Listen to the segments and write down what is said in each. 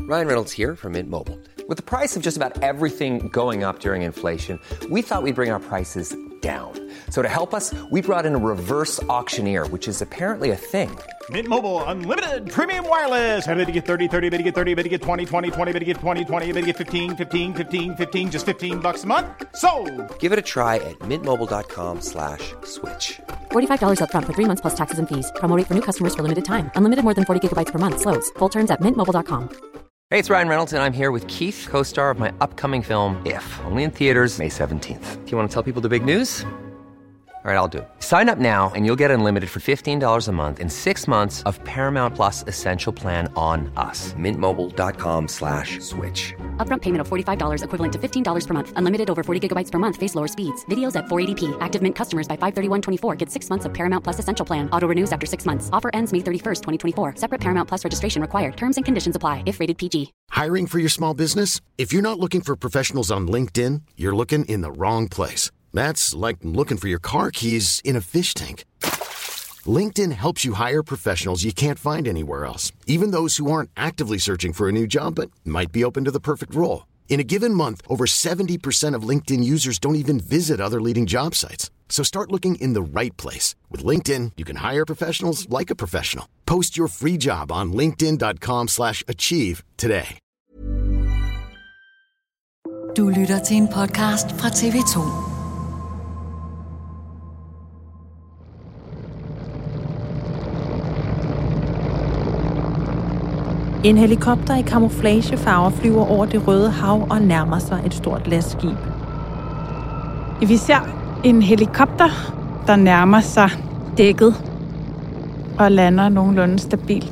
Ryan Reynolds here from Mint Mobile. With the price of just about everything going up during inflation, we thought we'd bring our prices down. So to help us, we brought in a reverse auctioneer, which is apparently a thing. Mint Mobile Unlimited Premium Wireless. How to get 30, 30, bit to get 30, bit to get 20, 20, 20, bit to get 20, 20, bit to get 15, 15, 15, 15, just $15 a month? Sold! Give it a try at mintmobile.com/switch. $45 up front for 3 months plus taxes and fees. Promo rate for new customers for limited time. Unlimited more than 40 gigabytes per month. Slows full terms at mintmobile.com. Hey, it's Ryan Reynolds, and I'm here with Keith, co-star of my upcoming film, If, only in theaters May 17th. Do you want to tell people the big news? All right, I'll do it. Sign up now and you'll get unlimited for $15 a month and 6 months of Paramount Plus Essential Plan on us. Mintmobile.com/switch. Upfront payment of $45 equivalent to $15 per month. Unlimited over 40 gigabytes per month. Face lower speeds. Videos at 480p. Active Mint customers by 531.24 get 6 months of Paramount Plus Essential Plan. Auto renews after 6 months. Offer ends May 31st, 2024. Separate Paramount Plus registration required. Terms and conditions apply if rated PG. Hiring for your small business? If you're not looking for professionals on LinkedIn, you're looking in the wrong place. That's like looking for your car keys in a fish tank. LinkedIn helps you hire professionals you can't find anywhere else, even those who aren't actively searching for a new job but might be open to the perfect role. In a given month, over 70% of LinkedIn users don't even visit other leading job sites. So start looking in the right place. With LinkedIn, you can hire professionals like a professional. Post your free job on linkedin.com/achieve today. Du lytter til en podcast fra TV2. En helikopter i camouflagefarver flyver over det Røde Hav og nærmer sig et stort lastskib. Vi ser en helikopter, der nærmer sig dækket og lander nogenlunde stabilt.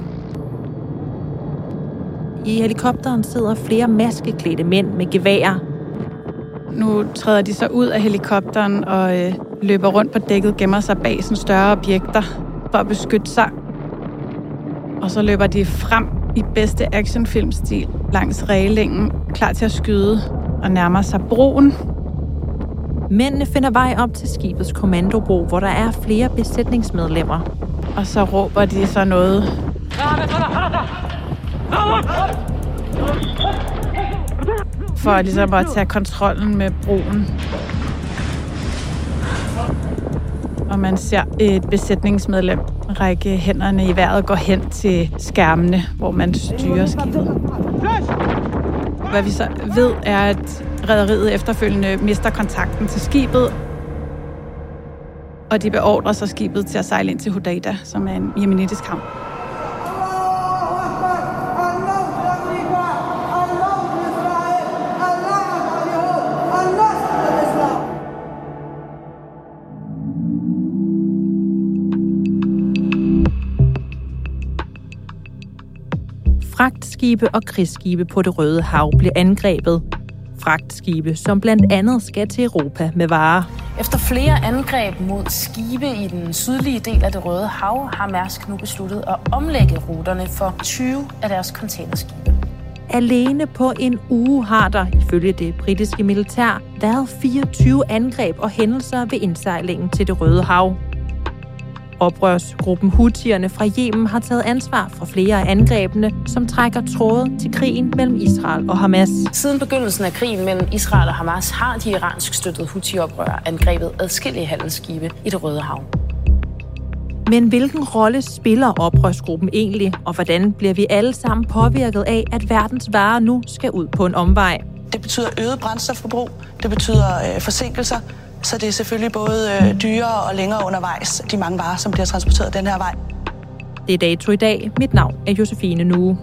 I helikopteren sidder flere maskeklædte mænd med geværer. Nu træder de så ud af helikopteren og løber rundt på dækket, gemmer sig bag sådan større objekter for at beskytte sig. Og så løber de frem i bedste actionfilmstil langs reglingen, klar til at skyde og nærmer sig broen. Mændene finder vej op til skibets kommandobro, hvor der er flere besætningsmedlemmer. Og så råber de så noget. For ligesom at tage kontrollen med broen. Og man ser et besætningsmedlem række hænderne i vejret og gå hen til skærmene, hvor man styrer skibet. Hvad vi så ved, er, at rederiet efterfølgende mister kontakten til skibet, og de beordrer så skibet til at sejle ind til Hodeida, som er en jemenitisk havn. Fragtskibe og krigsskibe på det Røde Hav blev angrebet. Fragtskibe, som blandt andet skal til Europa med varer. Efter flere angreb mod skibe i den sydlige del af det Røde Hav, har Mærsk nu besluttet at omlægge ruterne for 20 af deres containerskibe. Alene på en uge har der, ifølge det britiske militær, været 24 angreb og hændelser ved indsejlingen til det Røde Hav. Oprørsgruppen Houthierne fra Yemen har taget ansvar for flere af angrebene, som trækker tråde til krigen mellem Israel og Hamas. Siden begyndelsen af krigen mellem Israel og Hamas har de iransk støttede Houthi-oprørere angrebet adskillige handelsskibe i det Røde Hav. Men hvilken rolle spiller oprørsgruppen egentlig, og hvordan bliver vi alle sammen påvirket af, at verdens varer nu skal ud på en omvej? Det betyder øget brændstofforbrug, det betyder forsinkelser, så det er selvfølgelig både dyrere og længere undervejs, de mange varer, som bliver transporteret den her vej. Det er Dato i dag. Mit navn er Josefine Nue.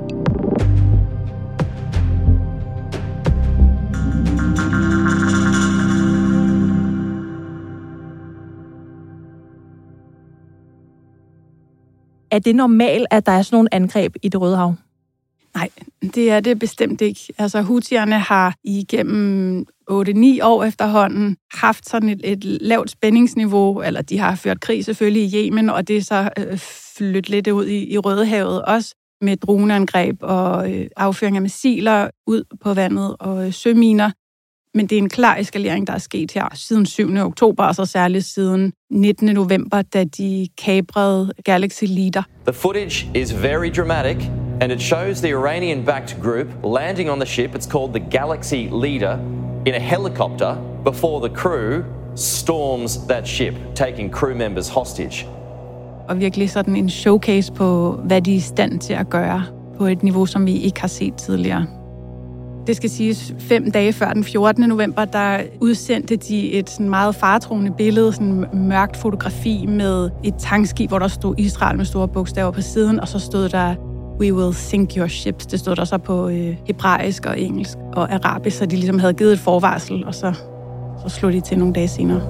Er det normalt, at der er sådan nogle angreb i det Røde Hav? Nej, det er det bestemt ikke. Altså, Houthierne har igennem 8-9 år efterhånden haft sådan et lavt spændingsniveau, eller de har ført krig selvfølgelig i Yemen, og det er så flyttet lidt ud i Rødehavet også, med droneangreb og affyring af missiler ud på vandet og søminer. Men det er en klar eskalering, der er sket her siden 7. oktober, og så særligt siden 19. november, da de kabrede Galaxy Leader. The footage is very dramatic and it shows the Iranian-backed group landing on the ship. It's called the Galaxy Leader in a helicopter before the crew storms that ship, taking crew members hostage. Og virkelig sådan en showcase på, hvad de er i stand til at gøre på et niveau, som vi ikke har set tidligere. Det skal siges, 5 dage før den 14. november, der udsendte de et sådan meget faretruende billede, sådan mørkt fotografi med et tankskib, hvor der stod Israel med store bogstaver på siden, og så stod der, "We will sink your ships." Det stod der så på hebraisk og engelsk og arabisk, så de ligesom havde givet et forvarsel, og så slog de til nogle dage senere.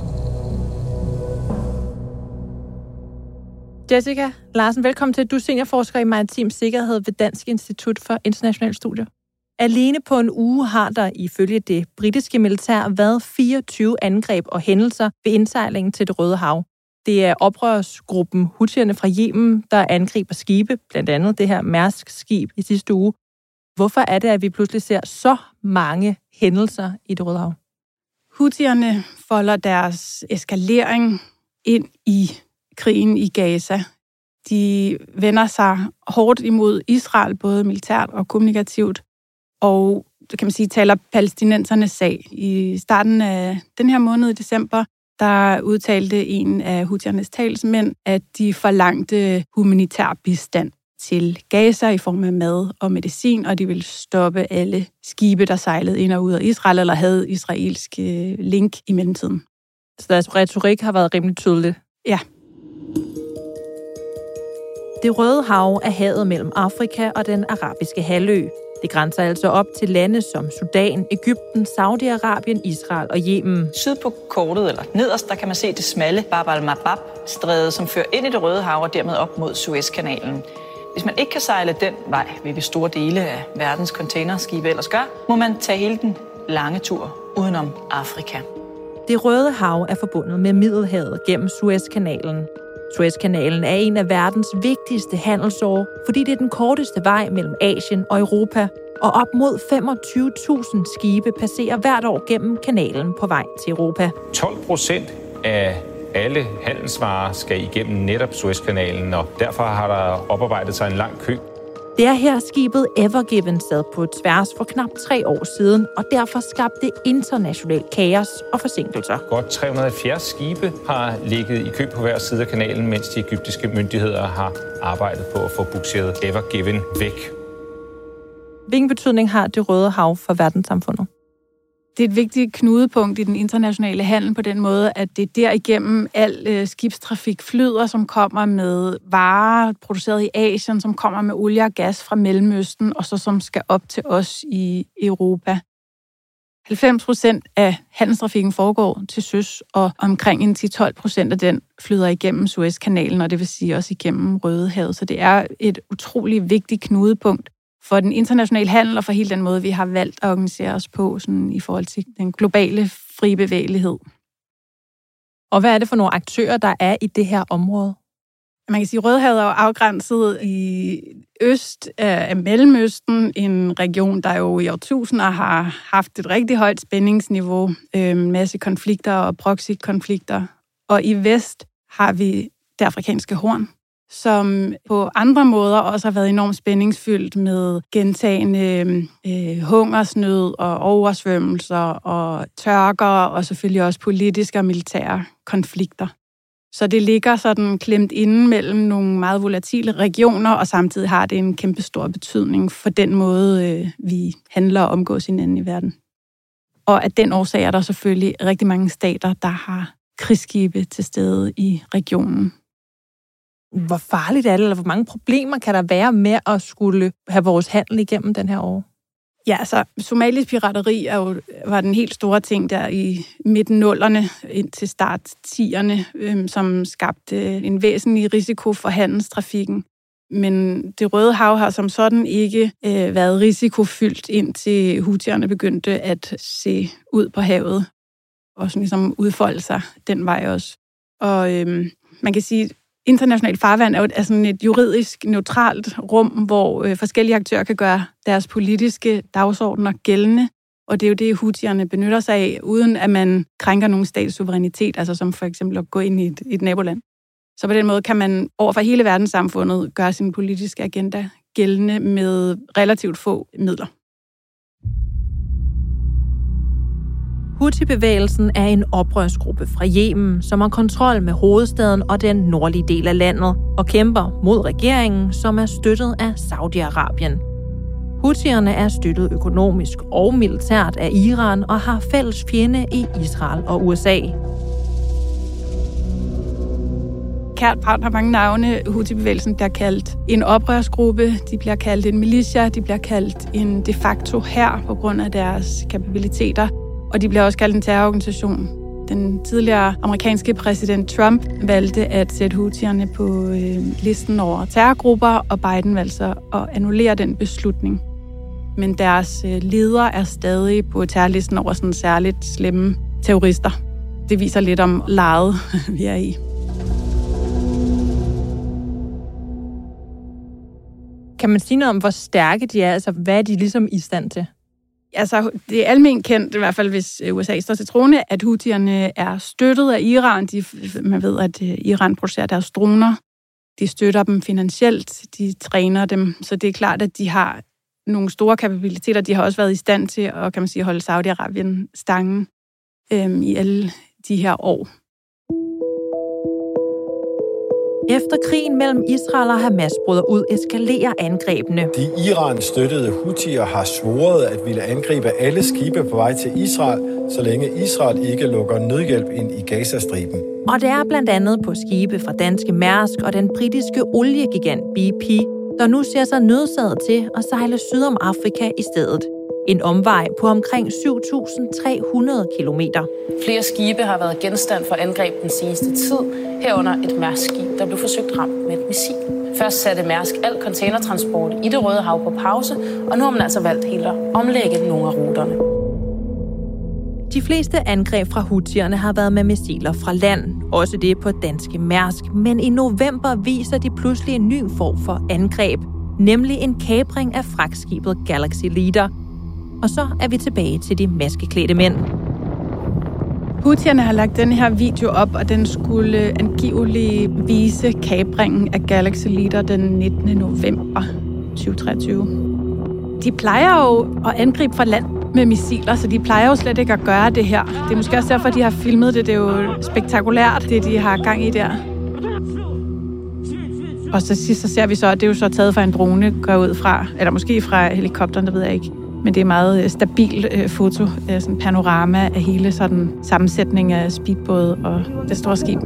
Jessica Larsen, velkommen til. Du er seniorforsker i maritim sikkerhed ved Dansk Institut for Internationale Studier. Alene på en uge har der ifølge det britiske militær været 24 angreb og hændelser ved indsejlingen til Det Røde Hav. Det er oprørsgruppen Houthierne fra Yemen, der angriber skibe, blandt andet det her Mærsk-skib i sidste uge. Hvorfor er det, at vi pludselig ser så mange hændelser i Det Røde Hav? Houthierne folder deres eskalering ind i krigen i Gaza. De vender sig hårdt imod Israel, både militært og kommunikativt, og kan man sige, taler palæstinensernes sag. I starten af den her måned i december, der udtalte en af Houthiernes talsmænd, at de forlangte humanitær bistand til Gaza i form af mad og medicin, og de ville stoppe alle skibe, der sejlede ind og ud af Israel, eller havde israelsk link i mellemtiden. Så deres retorik har været rimelig tydelig. Ja. Det Røde Hav er havet mellem Afrika og den arabiske halvø. Det grænser altså op til lande som Sudan, Egypten, Saudi-Arabien, Israel og Yemen. Syd på kortet, eller nederst, der kan man se det smalle Bab al-Mandab-stræde, som fører ind i Det Røde Hav og dermed op mod Suezkanalen. Hvis man ikke kan sejle den vej, hvilket store dele af verdens containerskibe ellers gør, må man tage hele den lange tur udenom Afrika. Det Røde Hav er forbundet med Middelhavet gennem Suezkanalen. Suezkanalen er en af verdens vigtigste handelsårer, fordi det er den korteste vej mellem Asien og Europa, og op mod 25.000 skibe passerer hvert år gennem kanalen på vej til Europa. 12% af alle handelsvarer skal igennem netop Suezkanalen, og derfor har der oparbejdet sig en lang kø. Det er her skibet Ever Given sad på tværs for knap 3 år siden, og derfor skabte international kaos og forsinkelser. Godt 370 skibe har ligget i kø på hver side af kanalen, mens de egyptiske myndigheder har arbejdet på at få bugseret Ever Given væk. Hvilken betydning har Det Røde Hav for verdenssamfundet? Det er et vigtigt knudepunkt i den internationale handel på den måde, at det er derigennem al skibstrafik flyder, som kommer med varer produceret i Asien, som kommer med olie og gas fra Mellemøsten, og så som skal op til os i Europa. 90% af handelstrafikken foregår til søs, og omkring 10-12% af den flyder igennem Suezkanalen, og det vil sige også igennem Rødehavet. Så det er et utroligt vigtigt knudepunkt for den internationale handel og for hele den måde, vi har valgt at organisere os på sådan i forhold til den globale frie bevægelighed. Og hvad er det for nogle aktører, der er i det her område? Man kan sige, at Rødehavet er jo afgrænset i øst af Mellemøsten, en region, der jo i årtusinder har haft et rigtig højt spændingsniveau, en masse konflikter og proxy-konflikter. Og i vest har vi det afrikanske horn, som på andre måder også har været enormt spændingsfyldt med gentagende hungersnød og oversvømmelser og tørker, og selvfølgelig også politiske og militære konflikter. Så det ligger sådan klemt inde mellem nogle meget volatile regioner, og samtidig har det en kæmpe stor betydning for den måde, vi handler og omgås hinanden i verden. Og af den årsag er der selvfølgelig rigtig mange stater, der har krigsskibe til stede i regionen. Hvor farligt er det, eller hvor mange problemer kan der være med at skulle have vores handel igennem den her år? Ja, altså Somalis pirateri var den helt store ting der i midten-nullerne indtil start 10'erne, som skabte en væsentlig risiko for handelstrafikken. Men Det Røde Hav har som sådan ikke været risikofyldt, indtil Houthierne begyndte at se ud på havet og sådan ligesom udfolde sig den vej også. Og man kan sige, internationalt farvand er sådan et juridisk neutralt rum, hvor forskellige aktører kan gøre deres politiske dagsordner gældende. Og det er jo det, Houthierne benytter sig af, uden at man krænker nogen stats suverænitet, altså som for eksempel at gå ind i et naboland. Så på den måde kan man overfor hele verdenssamfundet gøre sin politiske agenda gældende med relativt få midler. Houthi-bevægelsen er en oprørsgruppe fra Yemen, som har kontrol med hovedstaden og den nordlige del af landet, og kæmper mod regeringen, som er støttet af Saudi-Arabien. Houthierne er støttet økonomisk og militært af Iran og har fælles fjende i Israel og USA. Kært barn har mange navne. Houthi-bevægelsen bliver kaldt en oprørsgruppe, de bliver kaldt en militia, de bliver kaldt en de facto hær på grund af deres kapabiliteter, og de bliver også kaldt en terrororganisation. Den tidligere amerikanske præsident Trump valgte at sætte Houthierne på listen over terrorgrupper, og Biden valgte så at annullere den beslutning. Men deres leder er stadig på terrorlisten over sådan særligt slemme terrorister. Det viser lidt om lejet, vi er i. Kan man sige noget om, hvor stærke de er? Altså, hvad er de ligesom i stand til? Altså, det er alment kendt, i hvert fald hvis USA står til troende, at Houthierne er støttet af Iran. Man ved, at Iran producerer deres droner. De støtter dem finansielt, de træner dem. Så det er klart, at de har nogle store kapabiliteter. De har også været i stand til at, kan man sige, holde Saudi-Arabien stangen i alle de her år. Efter krigen mellem Israel og Hamas bryder ud, eskalerer angrebene. De Iran-støttede Houthier har svoret at ville angribe alle skibe på vej til Israel, så længe Israel ikke lukker nødhjælp ind i Gazastriben. Og det er blandt andet på skibe fra danske Mærsk og den britiske oliegigant BP, der nu ser sig nødsaget til at sejle syd om Afrika i stedet. En omvej på omkring 7.300 kilometer. Flere skibe har været genstand for angreb den seneste tid, herunder et Mærsk-skib, der blev forsøgt ramt med et missil. Først satte Mærsk al containertransport i Det Røde Hav på pause, og nu har man altså valgt helt at omlægge nogle af ruterne. De fleste angreb fra Houthierne har været med missiler fra land, også det på danske Mærsk, men i november viser de pludselig en ny form for angreb, nemlig en kapring af fragtskibet Galaxy Leader. Og så er vi tilbage til de maskeklædte mænd. Houthierne har lagt den her video op, og den skulle angiveligt vise kapringen af Galaxy Leader den 19. november 2023. De plejer jo at angribe fra land med missiler, så de plejer jo slet ikke at gøre det her. Det er måske også derfor, de har filmet det. Det er jo spektakulært, det de har gang i der. Og så sidst så ser vi så, at det er jo så taget fra en drone, går ud fra, eller måske fra helikopteren, det ved jeg ikke. Men det er meget stabil foto, sådan panorama af hele sådan sammensætning af speedbåde og det store skib.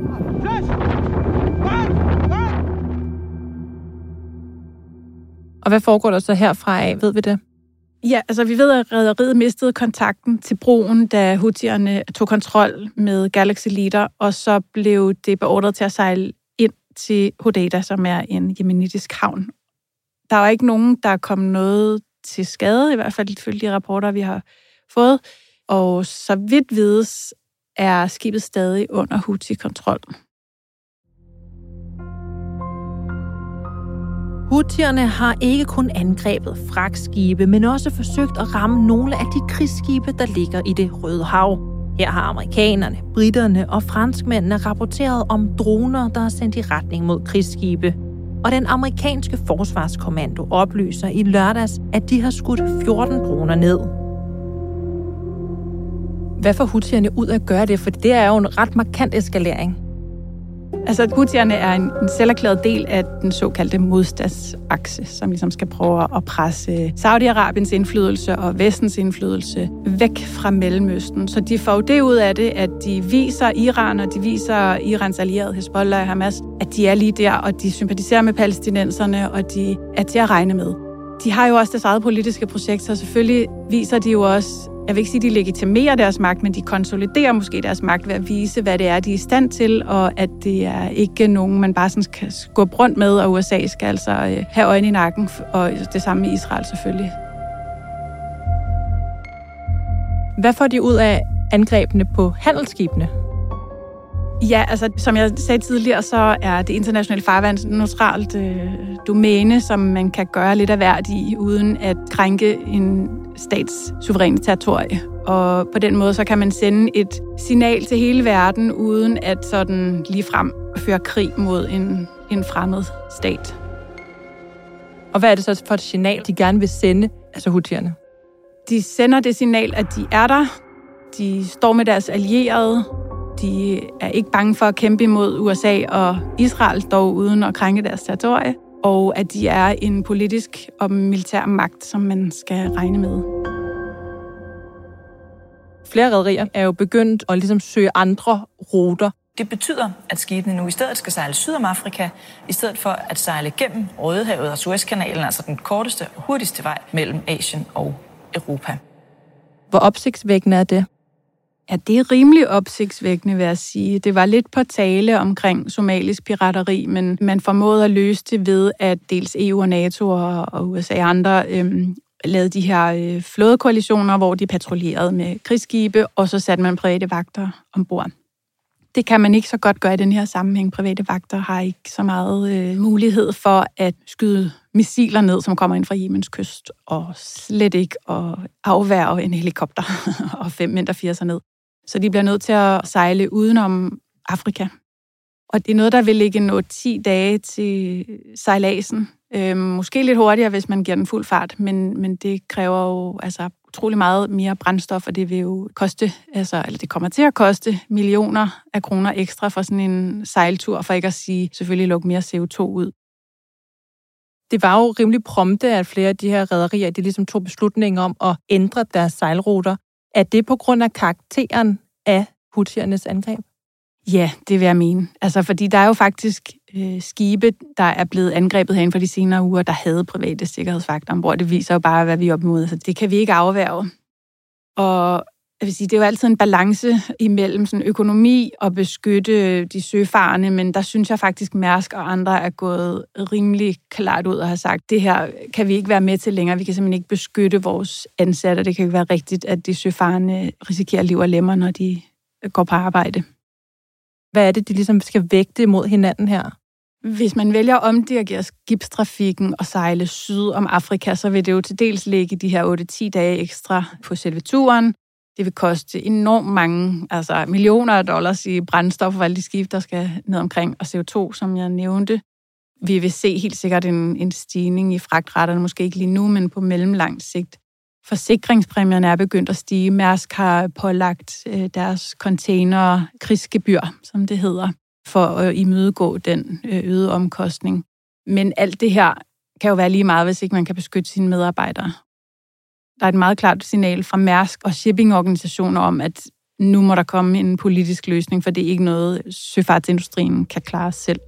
Og hvad foregår der så herfra af? Ved vi det? Ja, altså vi ved, at rederiet mistede kontakten til broen, da Houthierne tog kontrol med Galaxy Leader, og så blev det beordret til at sejle ind til Hodeida, som er en jemenitisk havn. Der var ikke nogen, der kom noget til skade, i hvert fald ifølge de rapporter, vi har fået. Og så vidt vides, er skibet stadig under Houthi-kontrol. Houthierne har ikke kun angrebet fragtskibe, men også forsøgt at ramme nogle af de krigsskibe, der ligger i Det Røde Hav. Her har amerikanerne, briterne og franskmændene rapporteret om droner, der er sendt i retning mod krigsskibe. Og den amerikanske forsvarskommando oplyser i lørdags, at de har skudt 14 droner ned. Hvad får Houthierne ud at gøre det? For det er jo en ret markant eskalering. Altså, Houthierne er en selverklæret del af den såkaldte modstandsakse, som ligesom skal prøve at presse Saudi-Arabiens indflydelse og Vestens indflydelse væk fra Mellemøsten. Så de får det ud af det, at de viser Iran, og de viser Irans allierede Hezbollah og Hamas, at de er lige der, og de sympatiserer med palæstinenserne, og de er til at regne med. De har jo også deres eget politiske projekt, så selvfølgelig viser de jo også, jeg vil ikke sige, at de legitimerer deres magt, men de konsoliderer måske deres magt ved at vise, hvad det er, de er i stand til, og at det er ikke nogen, man bare sådan skal skubbe rundt med, og USA skal altså have øjne i nakken, og det samme med Israel selvfølgelig. Hvad får de ud af angrebene på handelsskibene? Ja, altså som jeg sagde tidligere, så er det internationale farvand et neutralt domæne, som man kan gøre lidt af hvert i, uden at krænke en stats suveræne territorie. Og på den måde, så kan man sende et signal til hele verden, uden at sådan ligefrem føre krig mod en fremmed stat. Og hvad er det så for et signal, de gerne vil sende, altså Houthierne? De sender det signal, at de er der. De står med deres allierede. De er ikke bange for at kæmpe imod USA og Israel, dog uden at krænke deres territorie. Og at de er en politisk og militær magt, som man skal regne med. Flere rederier er jo begyndt at ligesom søge andre ruter. Det betyder, at skibene nu i stedet skal sejle syd om Afrika, i stedet for at sejle gennem Rødehavet og Suezkanalen, altså den korteste og hurtigste vej mellem Asien og Europa. Hvor opsigtsvækkende er det? Ja, det er rimelig opsigtsvækkende, vil jeg sige. Det var lidt på tale omkring somalisk pirateri, men man formåede at løse det ved, at dels EU og NATO og USA og andre lavede de her flådekoalitioner, hvor de patruljerede med krigsskibe, og så satte man private vagter ombord. Det kan man ikke så godt gøre i den her sammenhæng. Private vagter har ikke så meget mulighed for at skyde missiler ned, som kommer ind fra Yemens kyst, og slet ikke at afværge en helikopter og 5 mænd, der firer sig ned. Så de bliver nødt til at sejle udenom Afrika. Og det er noget, der vil ligge 10 dage til sejladsen. Måske lidt hurtigere, hvis man giver den fuld fart, men det kræver jo utrolig meget mere brændstof, og det vil jo koste, eller det kommer til at koste millioner af kroner ekstra for sådan en sejltur, for ikke at sige selvfølgelig lukke mere CO2 ud. Det var jo rimelig prompte, at flere af de her rederier, de ligesom tog beslutninger om at ændre deres sejlruter. Er det på grund af karakteren af Houthiernes angreb? Ja, det vil jeg mene. Fordi der er jo faktisk skibe, der er blevet angrebet herinde for de senere uger, der havde private sikkerhedsvagter ombord. Det viser jo bare, hvad vi er op imod. Så det kan vi ikke afværge. Og jeg vil sige, det er jo altid en balance imellem sådan økonomi og beskytte de søfarende, men der synes jeg faktisk, Mærsk og andre er gået rimelig klart ud og har sagt, det her kan vi ikke være med til længere. Vi kan simpelthen ikke beskytte vores ansatte. Det kan ikke være rigtigt, at de søfarende risikerer liv og lemmer, når de går på arbejde. Hvad er det, de ligesom skal vægte mod hinanden her? Hvis man vælger at omdirigere skibstrafikken og sejle syd om Afrika, så vil det jo til dels ligge de her 8-10 dage ekstra på selve turen. Det vil koste enormt mange, millioner af dollars i brændstof for alle de skibe, der skal ned omkring, og CO2, som jeg nævnte. Vi vil se helt sikkert en stigning i fragtraterne, måske ikke lige nu, men på mellemlang sigt. Forsikringspræmierne er begyndt at stige. Mærsk har pålagt deres container krigsgebyr, som det hedder, for at imødegå den øgede omkostning. Men alt det her kan jo være lige meget, hvis ikke man kan beskytte sine medarbejdere. Der er et meget klart signal fra Mærsk og shippingorganisationer om, at nu må der komme en politisk løsning, for det er ikke noget, søfartsindustrien kan klare selv.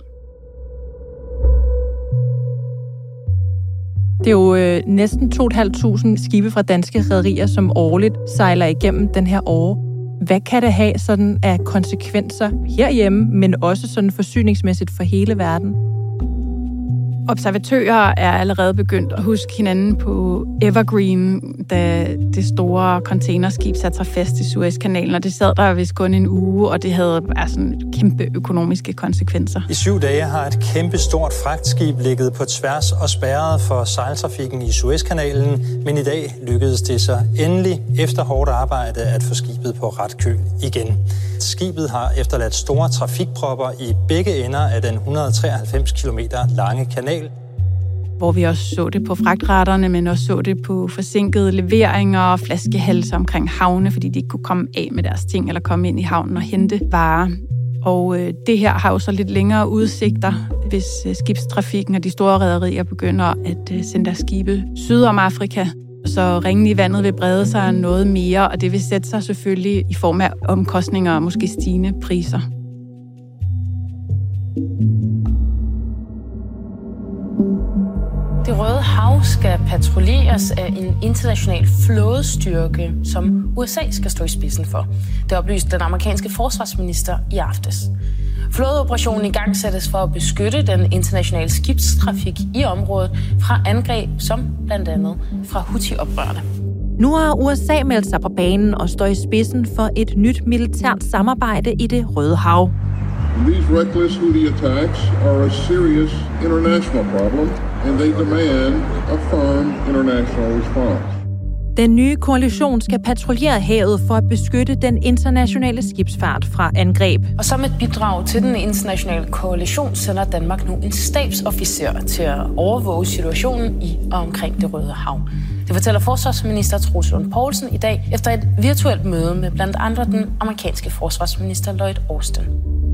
Det er jo næsten 2.500 skibe fra danske rederier, som årligt sejler igennem den her åre. Hvad kan det have sådan af konsekvenser herhjemme, men også sådan forsyningsmæssigt for hele verden? Observatører er allerede begyndt at huske hinanden på Evergreen, da det store containerskib satte sig fast i Suezkanalen, og det sad der vist kun en uge, og det havde sådan kæmpe økonomiske konsekvenser. I 7 dage har et kæmpe stort fragtskib ligget på tværs og spærret for sejltrafikken i Suezkanalen, men i dag lykkedes det så endelig efter hårdt arbejde at få skibet på ret køl igen. Skibet har efterladt store trafikpropper i begge ender af den 193 km lange kanal. Hvor vi også så det på fragtraterne, men også så det på forsinkede leveringer og flaskehalse omkring havne, fordi de ikke kunne komme af med deres ting eller komme ind i havnen og hente varer. Og det her har jo så lidt længere udsigter, hvis skibstrafikken og de store rederier begynder at sende deres skibe syd om Afrika. Så ringen i vandet vil brede sig noget mere, og det vil sætte sig selvfølgelig i form af omkostninger og måske stigende priser. Det Røde Hav skal patruljeres af en international flådestyrke, som USA skal stå i spidsen for. Det oplyste den amerikanske forsvarsminister i aftes. Flådeoperationen i gang sættes for at beskytte den internationale skibstrafik i området fra angreb, som blandt andet fra Houthi-oprørerne. Nu har USA meldt sig på banen og står i spidsen for et nyt militært samarbejde i det Røde Hav. These reckless Houthi attacks are a serious international problem, and they demand a firm international response. Den nye koalition skal patruljere havet for at beskytte den internationale skibsfart fra angreb. Og som et bidrag til den internationale koalition sender Danmark nu en stabsofficer til at overvåge situationen i og omkring Det Røde Hav. Det fortæller forsvarsminister Troels Lund Poulsen i dag efter et virtuelt møde med blandt andre den amerikanske forsvarsminister Lloyd Austin.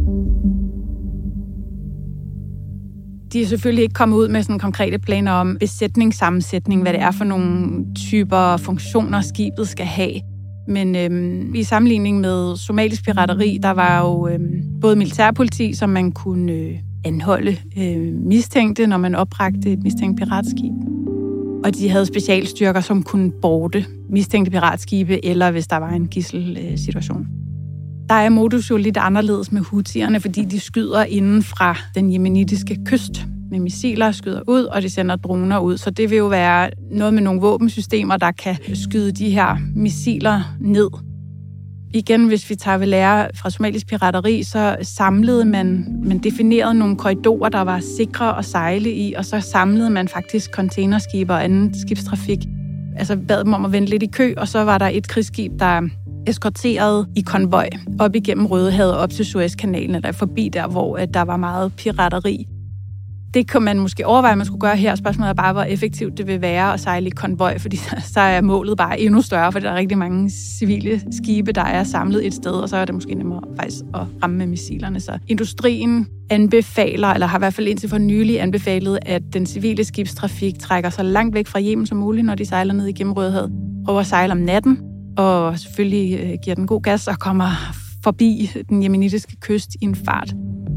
De er selvfølgelig ikke kommet ud med sådan konkrete planer om besætningssammensætning, hvad det er for nogle typer funktioner, skibet skal have. Men i sammenligning med somalisk pirateri, der var jo både militærpoliti, som man kunne anholde mistænkte, når man opbragte et mistænkt piratskib. Og de havde specialstyrker, som kunne borte mistænkte piratskibe, eller hvis der var en gidselsituation. Der er modus jo lidt anderledes med houthierne, fordi de skyder inden fra den yemenitiske kyst med missiler, skyder ud, og de sender droner ud. Så det vil jo være noget med nogle våbensystemer, der kan skyde de her missiler ned. Igen, hvis vi tager ved lære fra somalisk pirateri, så samlede man definerede nogle korridorer, der var sikre at sejle i, og så samlede man faktisk containerskibe og anden skibstrafik. Altså bad dem om at vente lidt i kø, og så var der et krigsskib, der eskorteret i konvoj op igennem Rødehavet op til Suezkanalen, eller forbi der, hvor der var meget pirateri. Det kan man måske overveje, at man skulle gøre her. Spørgsmålet er bare, hvor effektivt det vil være at sejle i konvoj, fordi så er målet bare endnu større, for der er rigtig mange civile skibe, der er samlet et sted, og så er det måske nemmere faktisk at ramme med missilerne. Så industrien anbefaler, eller har i hvert fald indtil for nylig anbefalet, at den civile skibstrafik trækker så langt væk fra Yemen som muligt, når de sejler ned igennem Rødehavet. Prøver at sejle om natten, og selvfølgelig giver den god gas og kommer forbi den yemenitiske kyst i en fart.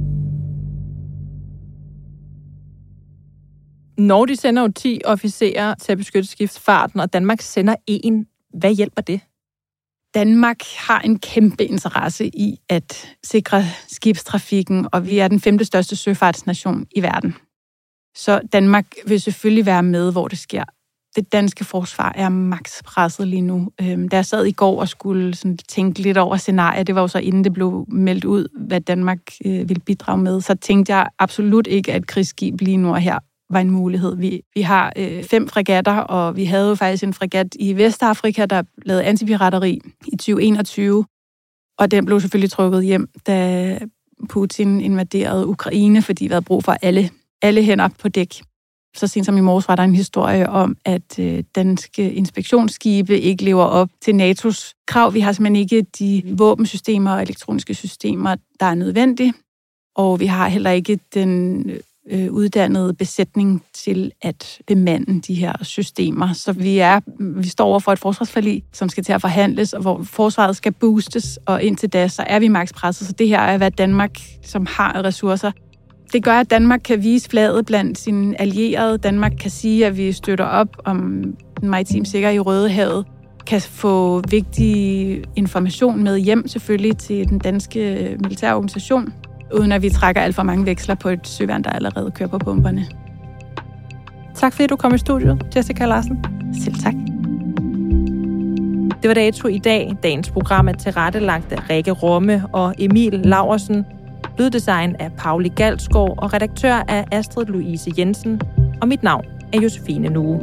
Når de sender jo 10 officerer til at beskytte skibsfarten, og Danmark sender 1, hvad hjælper det? Danmark har en kæmpe interesse i at sikre skibstrafikken, og vi er den 5. største søfartsnation i verden. Så Danmark vil selvfølgelig være med, hvor det sker. Det danske forsvar er maks presset lige nu. Da jeg sad i går og skulle sådan tænke lidt over scenarier, det var jo så inden det blev meldt ud, hvad Danmark ville bidrage med, så tænkte jeg absolut ikke, at krigsskib lige nu og her var en mulighed. Vi har 5 fregatter, og vi havde jo faktisk en fregat i Vestafrika, der lavede antipirateri i 2021, og den blev selvfølgelig trukket hjem, da Putin invaderede Ukraine, fordi vi havde brug for alle hænder på dæk. Så sent som i morges var der en historie om, at danske inspektionsskibe ikke lever op til NATO's krav. Vi har simpelthen ikke de våbensystemer og elektroniske systemer, der er nødvendige, og vi har heller ikke den uddannede besætning til at bemande de her systemer. Så vi står over for et forsvarsforlig, som skal til at forhandles, og hvor forsvaret skal boostes, og indtil da, så er vi maks presset. Så det her er, hvad Danmark, som har ressourcer. Det gør, at Danmark kan vise flaget blandt sine allierede. Danmark kan sige, at vi støtter op om den maritime sikkerhed i Rødehavet, kan få vigtig information med hjem selvfølgelig til den danske militære organisation, uden at vi trækker alt for mange veksler på et søværn, der allerede kører på pumperne. Tak fordi du kom i studiet, Jessica Larsen. Selv tak. Det var Dato i dag. Dagens program er tilrettelagt af Rikke Romme og Emil Laursen. Lyddesign af Pauli Galsgaard og redaktør af Astrid Louise Jensen. Og mit navn er Josefine Nue.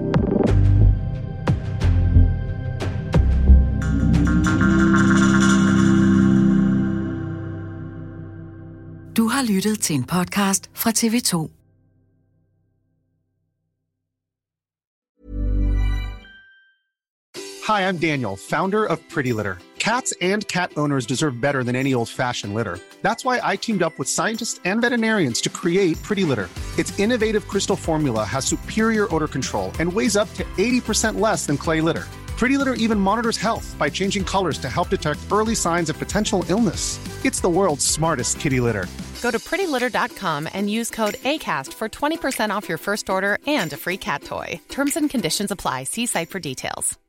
Du har lyttet til en podcast fra TV2. Hi, I'm Daniel, founder of Pretty Litter. Cats and cat owners deserve better than any old-fashioned litter. That's why I teamed up with scientists and veterinarians to create Pretty Litter. Its innovative crystal formula has superior odor control and weighs up to 80% less than clay litter. Pretty Litter even monitors health by changing colors to help detect early signs of potential illness. It's the world's smartest kitty litter. Go to prettylitter.com and use code ACAST for 20% off your first order and a free cat toy. Terms and conditions apply. See site for details.